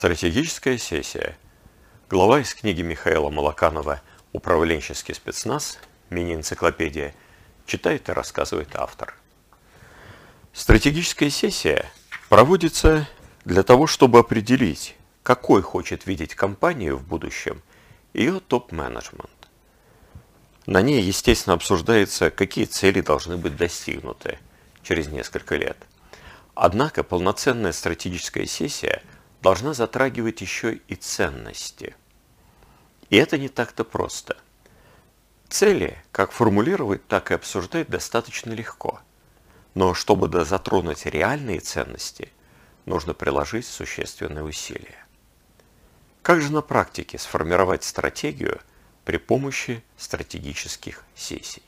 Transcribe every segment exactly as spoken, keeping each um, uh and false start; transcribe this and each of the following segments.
Стратегическая сессия. Глава из книги Михаила Молоканова «Управленческий спецназ. Мини-энциклопедия». Читает и рассказывает автор. Стратегическая сессия проводится для того, чтобы определить, какой хочет видеть компанию в будущем ее топ-менеджмент. На ней, естественно, обсуждается, какие цели должны быть достигнуты через несколько лет. Однако полноценная стратегическая сессия должна затрагивать еще и ценности. И это не так-то просто. Цели, как формулировать, так и обсуждать достаточно легко. Но чтобы затронуть реальные ценности, нужно приложить существенные усилия. Как же на практике сформировать стратегию при помощи стратегических сессий?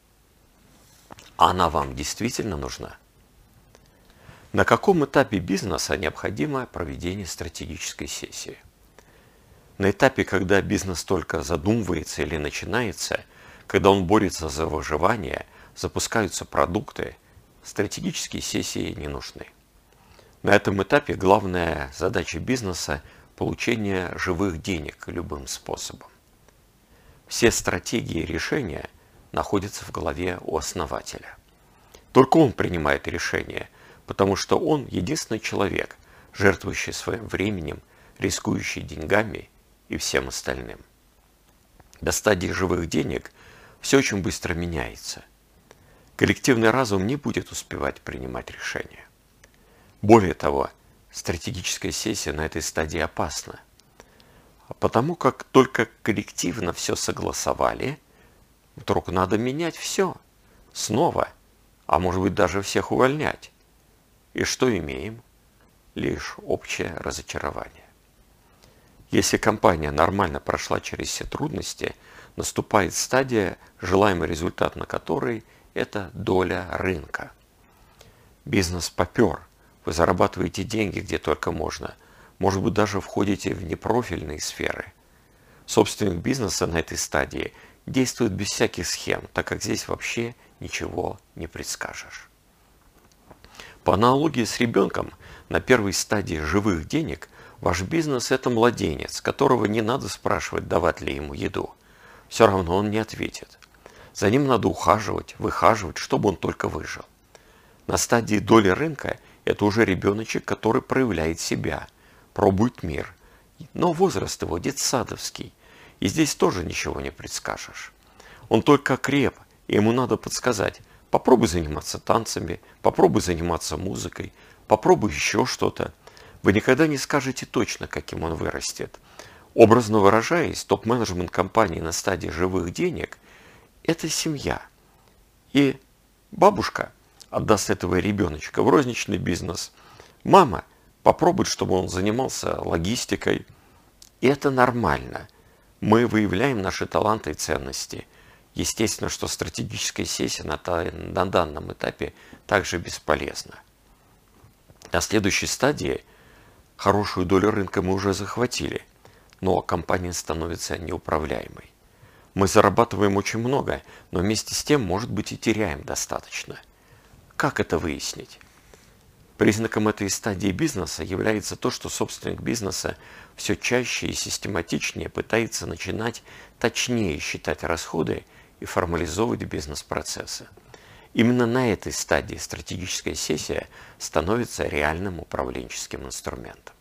Она вам действительно нужна? На каком этапе бизнеса необходимо проведение стратегической сессии? На этапе, когда бизнес только задумывается или начинается, когда он борется за выживание, запускаются продукты, стратегические сессии не нужны. На этом этапе главная задача бизнеса – получение живых денег любым способом. Все стратегии и решения находятся в голове у основателя. Только он принимает решения, потому что он единственный человек, жертвующий своим временем, рискующий деньгами и всем остальным. До стадии живых денег все очень быстро меняется. Коллективный разум не будет успевать принимать решения. Более того, стратегическая сессия на этой стадии опасна, потому как только коллективно все согласовали, вдруг надо менять все снова, а может быть даже всех увольнять. И что имеем? Лишь общее разочарование. Если компания нормально прошла через все трудности, наступает стадия, желаемый результат на которой – это доля рынка. Бизнес попер, вы зарабатываете деньги где только можно, может быть даже входите в непрофильные сферы. Собственник бизнеса на этой стадии действует без всяких схем, так как здесь вообще ничего не предскажешь. По аналогии с ребенком, на первой стадии живых денег ваш бизнес – это младенец, которого не надо спрашивать, давать ли ему еду. Все равно он не ответит. За ним надо ухаживать, выхаживать, чтобы он только выжил. На стадии доли рынка это уже ребеночек, который проявляет себя, пробует мир. Но возраст его детсадовский, и здесь тоже ничего не предскажешь. Он только окреп, и ему надо подсказать: попробуй заниматься танцами, попробуй заниматься музыкой, попробуй еще что-то. Вы никогда не скажете точно, каким он вырастет. Образно выражаясь, топ-менеджмент компании на стадии живых денег – это семья. И бабушка отдаст этого ребеночка в розничный бизнес. Мама попробует, чтобы он занимался логистикой. И это нормально. Мы выявляем наши таланты и ценности. Естественно, что стратегическая сессия на, на данном этапе также бесполезна. На следующей стадии хорошую долю рынка мы уже захватили, но компания становится неуправляемой. Мы зарабатываем очень много, но вместе с тем, может быть, и теряем достаточно. Как это выяснить? Признаком этой стадии бизнеса является то, что собственник бизнеса все чаще и систематичнее пытается начинать точнее считать расходы и формализовывать бизнес-процессы. Именно на этой стадии стратегическая сессия становится реальным управленческим инструментом.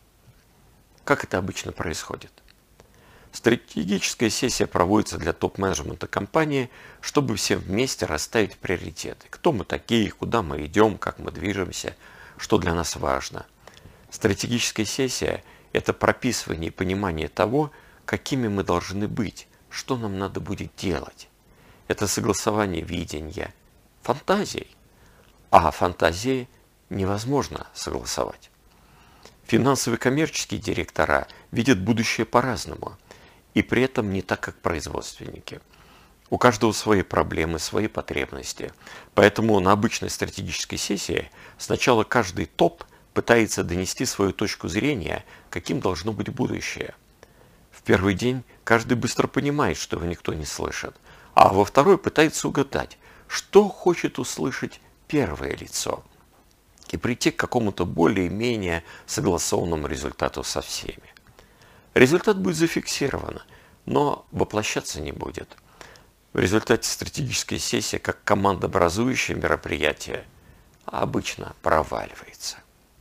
Как это обычно происходит? Стратегическая сессия проводится для топ-менеджмента компании, чтобы все вместе расставить приоритеты. Кто мы такие, куда мы идем, как мы движемся, что для нас важно. Стратегическая сессия – это прописывание и понимание того, какими мы должны быть, что нам надо будет делать. Это согласование видения, фантазий. А фантазии невозможно согласовать. Финансовые коммерческие директора видят будущее по-разному, и при этом не так, как производственники. У каждого свои проблемы, свои потребности. Поэтому на обычной стратегической сессии сначала каждый топ пытается донести свою точку зрения, каким должно быть будущее. В первый день каждый быстро понимает, что его никто не слышит, а во второй пытается угадать, что хочет услышать первое лицо. и прийти к какому-то более-менее согласованному результату со всеми. Результат будет зафиксирован, но воплощаться не будет. В результате стратегическая сессия, как командообразующее мероприятие, обычно проваливается.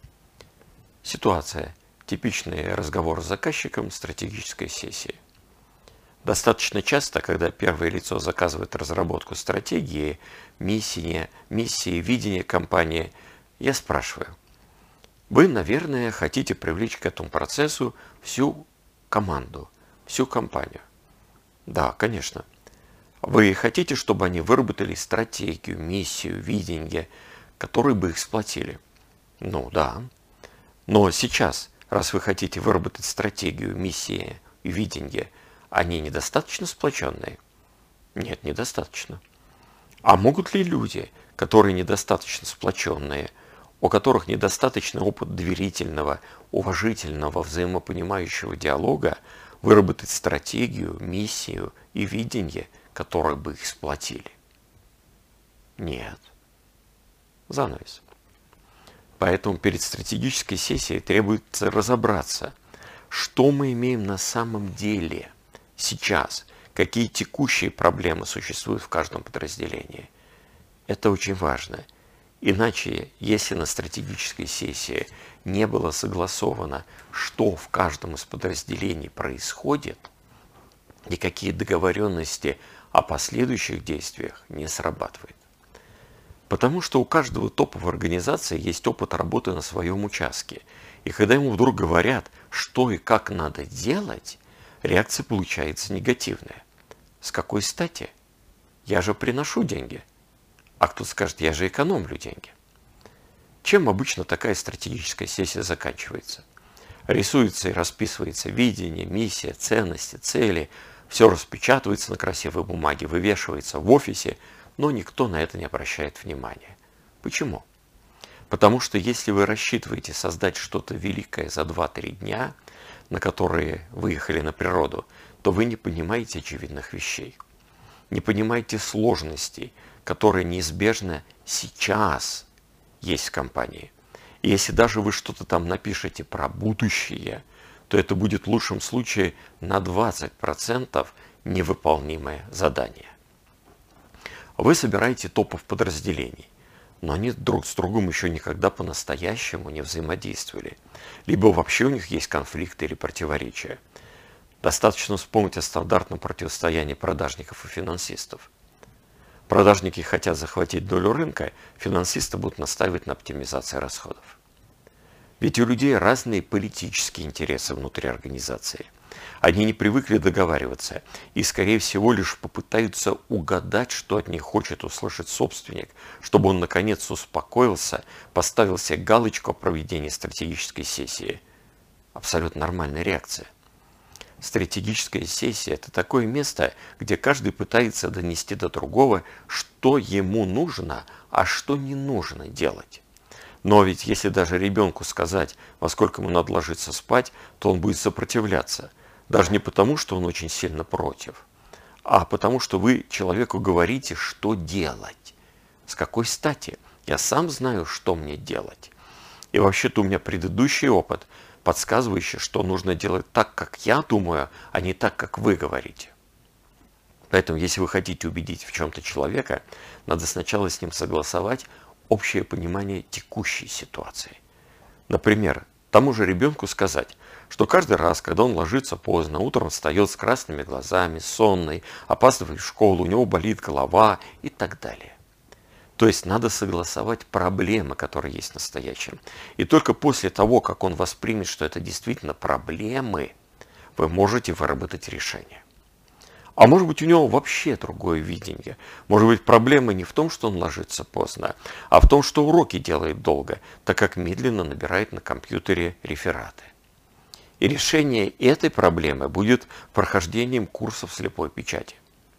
Ситуация. Типичный разговор с заказчиком стратегической сессии. Достаточно часто, когда первое лицо заказывает разработку стратегии, миссии, миссии, видения компании, я спрашиваю: вы, наверное, хотите привлечь к этому процессу всю команду, всю компанию. Да, конечно. Вы хотите, чтобы они выработали стратегию, миссию, видение, которые бы их сплотили? Ну да. Но сейчас, раз вы хотите выработать стратегию, миссию и видение, они недостаточно сплоченные? Нет, недостаточно. А могут ли люди, которые недостаточно сплоченные, у которых недостаточный опыт доверительного, уважительного, взаимопонимающего диалога, выработать стратегию, миссию и видение, которые бы их сплотили? Нет. Занавес. Поэтому перед стратегической сессией требуется разобраться, что мы имеем на самом деле сейчас, какие текущие проблемы существуют в каждом подразделении. Это очень важно. Иначе, если на стратегической сессии не было согласовано, что в каждом из подразделений происходит, и какие договоренности о последующих действиях, не срабатывает. Потому что у каждого топа в организации есть опыт работы на своем участке. И когда ему вдруг говорят, что и как надо делать, реакция получается негативная. С какой стати? Я же приношу деньги. А кто скажет: я же экономлю деньги. Чем обычно такая стратегическая сессия заканчивается? Рисуется и расписывается видение, миссия, ценности, цели. Все распечатывается на красивой бумаге, вывешивается в офисе, но никто на это не обращает внимания. Почему? Потому что если вы рассчитываете создать что-то великое за два-три дня, на которые выехали на природу, то вы не понимаете очевидных вещей. Не понимаете сложностей, которые неизбежно сейчас есть в компании. И если даже вы что-то там напишете про будущее, то это будет в лучшем случае на двадцать процентов невыполнимое задание. Вы собираете топов подразделений, но они друг с другом еще никогда по-настоящему не взаимодействовали. Либо вообще у них есть конфликты или противоречия. Достаточно вспомнить о стандартном противостоянии продажников и финансистов. Продажники хотят захватить долю рынка, финансисты будут настаивать на оптимизации расходов. Ведь у людей разные политические интересы внутри организации. Они не привыкли договариваться и, скорее всего, лишь попытаются угадать, что от них хочет услышать собственник, чтобы он, наконец, успокоился, поставил себе галочку о проведении стратегической сессии. Абсолютно нормальная реакция. Стратегическая сессия – это такое место, где каждый пытается донести до другого, что ему нужно, а что не нужно делать. Но ведь если даже ребенку сказать, во сколько ему надо ложиться спать, то он будет сопротивляться. Даже не потому, что он очень сильно против, а потому, что вы человеку говорите, что делать. С какой стати? Я сам знаю, что мне делать. И вообще-то у меня предыдущий опыт, подсказывающий, что нужно делать так, как я думаю, а не так, как вы говорите. Поэтому, если вы хотите убедить в чем-то человека, надо сначала с ним согласовать общее понимание текущей ситуации. Например, тому же ребенку сказать, что каждый раз, когда он ложится поздно, утром встает с красными глазами, сонный, опаздывает в школу, у него болит голова и так далее. То есть надо согласовать проблемы, которые есть в настоящем. И только после того, как он воспримет, что это действительно проблемы, вы можете выработать решение. А может быть, у него вообще другое видение. Может быть, проблема не в том, что он ложится поздно, а в том, что уроки делает долго, так как медленно набирает на компьютере рефераты. И решение этой проблемы будет прохождением курсов слепой печати.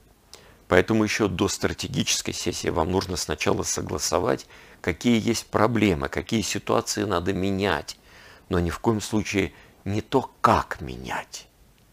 Поэтому еще до стратегической сессии вам нужно сначала согласовать, какие есть проблемы, какие ситуации надо менять, но ни в коем случае не то, как менять.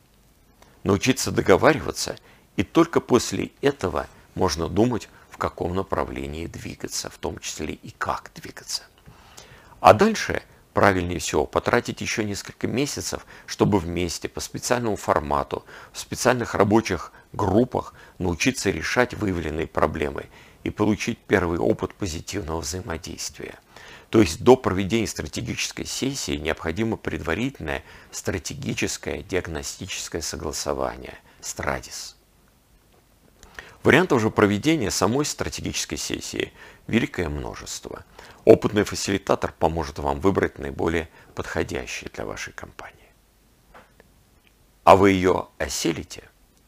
Научиться договариваться, и только после этого можно думать, в каком направлении двигаться, в том числе и как двигаться. А дальше правильнее всего потратить еще несколько месяцев, чтобы вместе по специальному формату, в специальных рабочих группах научиться решать выявленные проблемы и получить первый опыт позитивного взаимодействия. То есть до проведения стратегической сессии необходимо предварительное стратегическое диагностическое согласование страдис. Вариантов же проведения самой стратегической сессии великое множество. Опытный фасилитатор поможет вам выбрать наиболее подходящий для вашей компании. А вы ее осилите?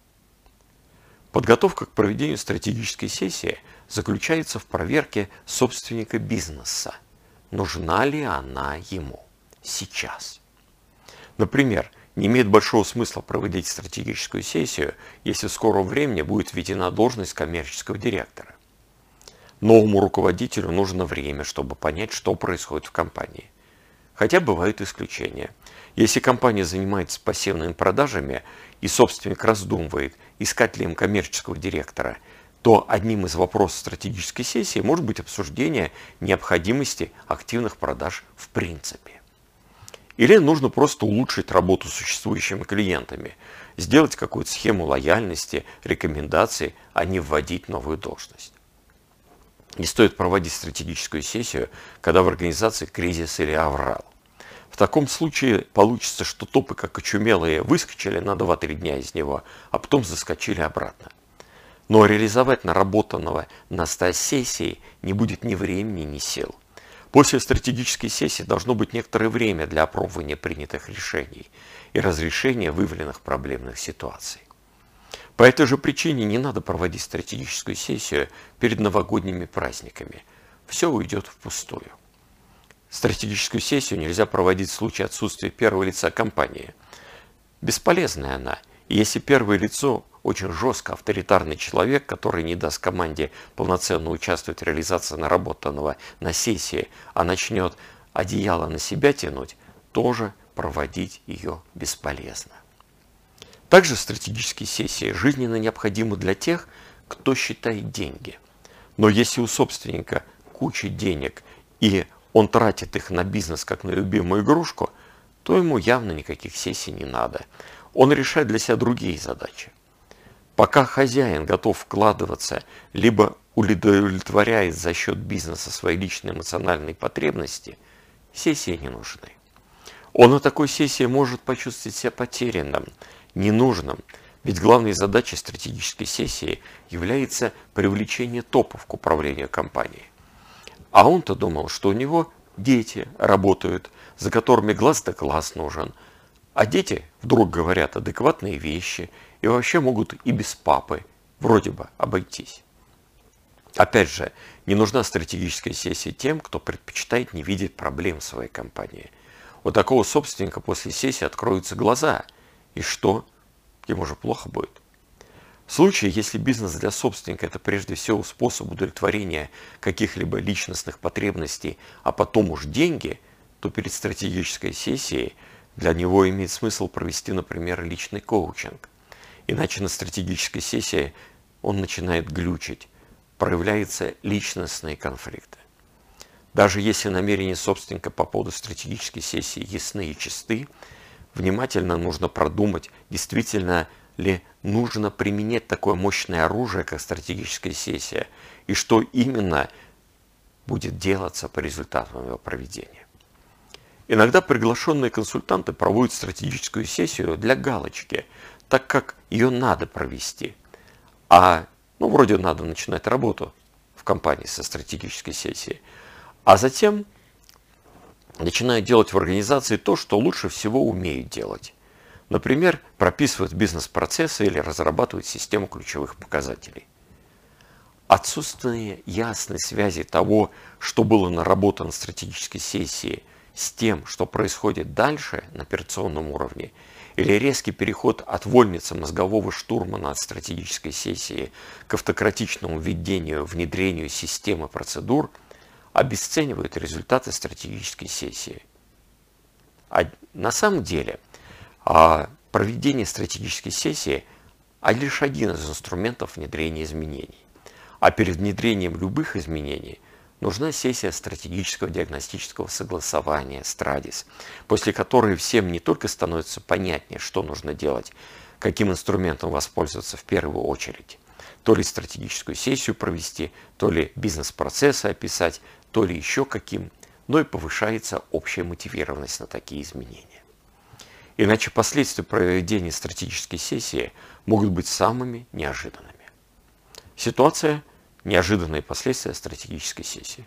Подготовка к проведению стратегической сессии заключается в проверке собственника бизнеса. Нужна ли она ему сейчас? Например, не имеет большого смысла проводить стратегическую сессию, если в скором времени будет введена должность коммерческого директора. Новому руководителю нужно время, чтобы понять, что происходит в компании. Хотя бывают исключения. Если компания занимается пассивными продажами и собственник раздумывает, искать ли им коммерческого директора, то одним из вопросов стратегической сессии может быть обсуждение необходимости активных продаж в принципе. Или нужно просто улучшить работу с существующими клиентами, сделать какую-то схему лояльности, рекомендаций, а не вводить новую должность. Не стоит проводить стратегическую сессию, когда в организации кризис или аврал. В таком случае получится, что топы, как очумелые, выскочили на два-три дня из него, а потом заскочили обратно. Но реализовать наработанного на сессии не будет ни времени, ни сил. После стратегической сессии должно быть некоторое время для опробования принятых решений и разрешения выявленных проблемных ситуаций. По этой же причине не надо проводить стратегическую сессию перед новогодними праздниками. Все уйдет впустую. Стратегическую сессию нельзя проводить в случае отсутствия первого лица компании. Бесполезная она, и если первое лицо очень жестко авторитарный человек, который не даст команде полноценно участвовать в реализации наработанного на сессии, а начнет одеяло на себя тянуть, тоже проводить ее бесполезно. Также стратегические сессии жизненно необходимы для тех, кто считает деньги. Но если у собственника куча денег и он тратит их на бизнес как на любимую игрушку, то ему явно никаких сессий не надо. Он решает для себя другие задачи. Пока хозяин готов вкладываться, либо удовлетворяет за счет бизнеса свои личные эмоциональные потребности, сессии не нужны. Он на такой сессии может почувствовать себя потерянным, ненужным, ведь главной задачей стратегической сессии является привлечение топов к управлению компанией. А он-то думал, что у него дети работают, за которыми глаз да глаз нужен. А дети вдруг говорят адекватные вещи и вообще могут и без папы вроде бы обойтись. Опять же, не нужна стратегическая сессия тем, кто предпочитает не видеть проблем в своей компании. У такого собственника после сессии откроются глаза. И что? Ему же плохо будет. В случае, если бизнес для собственника – это прежде всего способ удовлетворения каких-либо личностных потребностей, а потом уж деньги, то перед стратегической сессией для него имеет смысл провести, например, личный коучинг. Иначе на стратегической сессии он начинает глючить, проявляются личностные конфликты. Даже если намерения собственника по поводу стратегической сессии ясны и чисты, внимательно нужно продумать, действительно ли нужно применять такое мощное оружие, как стратегическая сессия, и что именно будет делаться по результатам его проведения. Иногда приглашенные консультанты проводят стратегическую сессию для галочки, так как ее надо провести. А, ну, вроде надо начинать работу в компании со стратегической сессией. А затем начинают делать в организации то, что лучше всего умеют делать. Например, прописывают бизнес-процессы или разрабатывают систему ключевых показателей. Отсутствие ясной связи того, что было наработано в стратегической сессии, с тем, что происходит дальше на операционном уровне, или резкий переход от вольницы мозгового штурмана от стратегической сессии к автократичному введению, внедрению системы процедур, обесценивают результаты стратегической сессии. А на самом деле проведение стратегической сессии лишь один из инструментов внедрения изменений. А перед внедрением любых изменений нужна сессия стратегического диагностического согласования страдис, после которой всем не только становится понятнее, что нужно делать, каким инструментом воспользоваться в первую очередь, то ли стратегическую сессию провести, то ли бизнес-процессы описать, то ли еще каким, но и повышается общая мотивированность на такие изменения. Иначе последствия проведения стратегической сессии могут быть самыми неожиданными. Ситуация – неожиданные последствия стратегической сессии.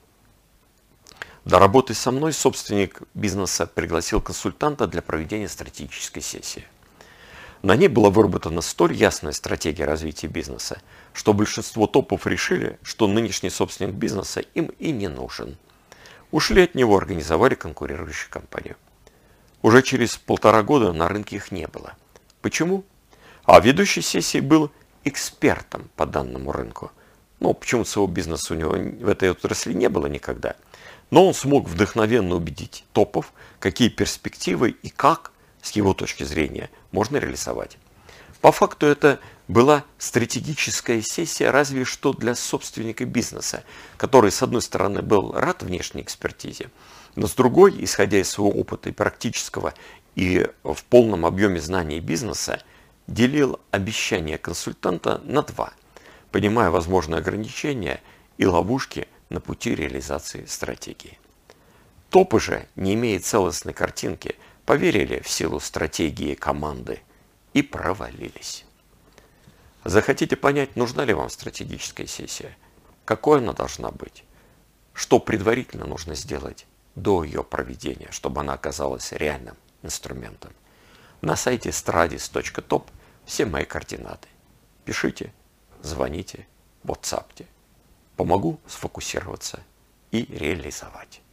Для работы со мной собственник бизнеса пригласил консультанта для проведения стратегической сессии. На ней была выработана столь ясная стратегия развития бизнеса, что большинство топов решили, что нынешний собственник бизнеса им и не нужен. Ушли от него, организовали конкурирующую компанию. Уже через полтора года на рынке их не было. Почему? А ведущий сессии был экспертом по данному рынку. Ну, почему-то своего бизнеса у него в этой отрасли не было никогда. Но он смог вдохновенно убедить топов, какие перспективы и как, с его точки зрения, можно реализовать. По факту это была стратегическая сессия разве что для собственника бизнеса, который, с одной стороны, был рад внешней экспертизе, но с другой, исходя из своего опыта и практического, и в полном объеме знаний бизнеса, делил обещания консультанта на два, понимая возможные ограничения и ловушки на пути реализации стратегии. Топы же, не имея целостной картинки, поверили в силу стратегии команды и провалились. Захотите понять, нужна ли вам стратегическая сессия? Какой она должна быть? Что предварительно нужно сделать до ее проведения, чтобы она оказалась реальным инструментом? На сайте страдис точка топ все мои координаты. Пишите, звоните, ватсапьте. Помогу сфокусироваться и реализовать.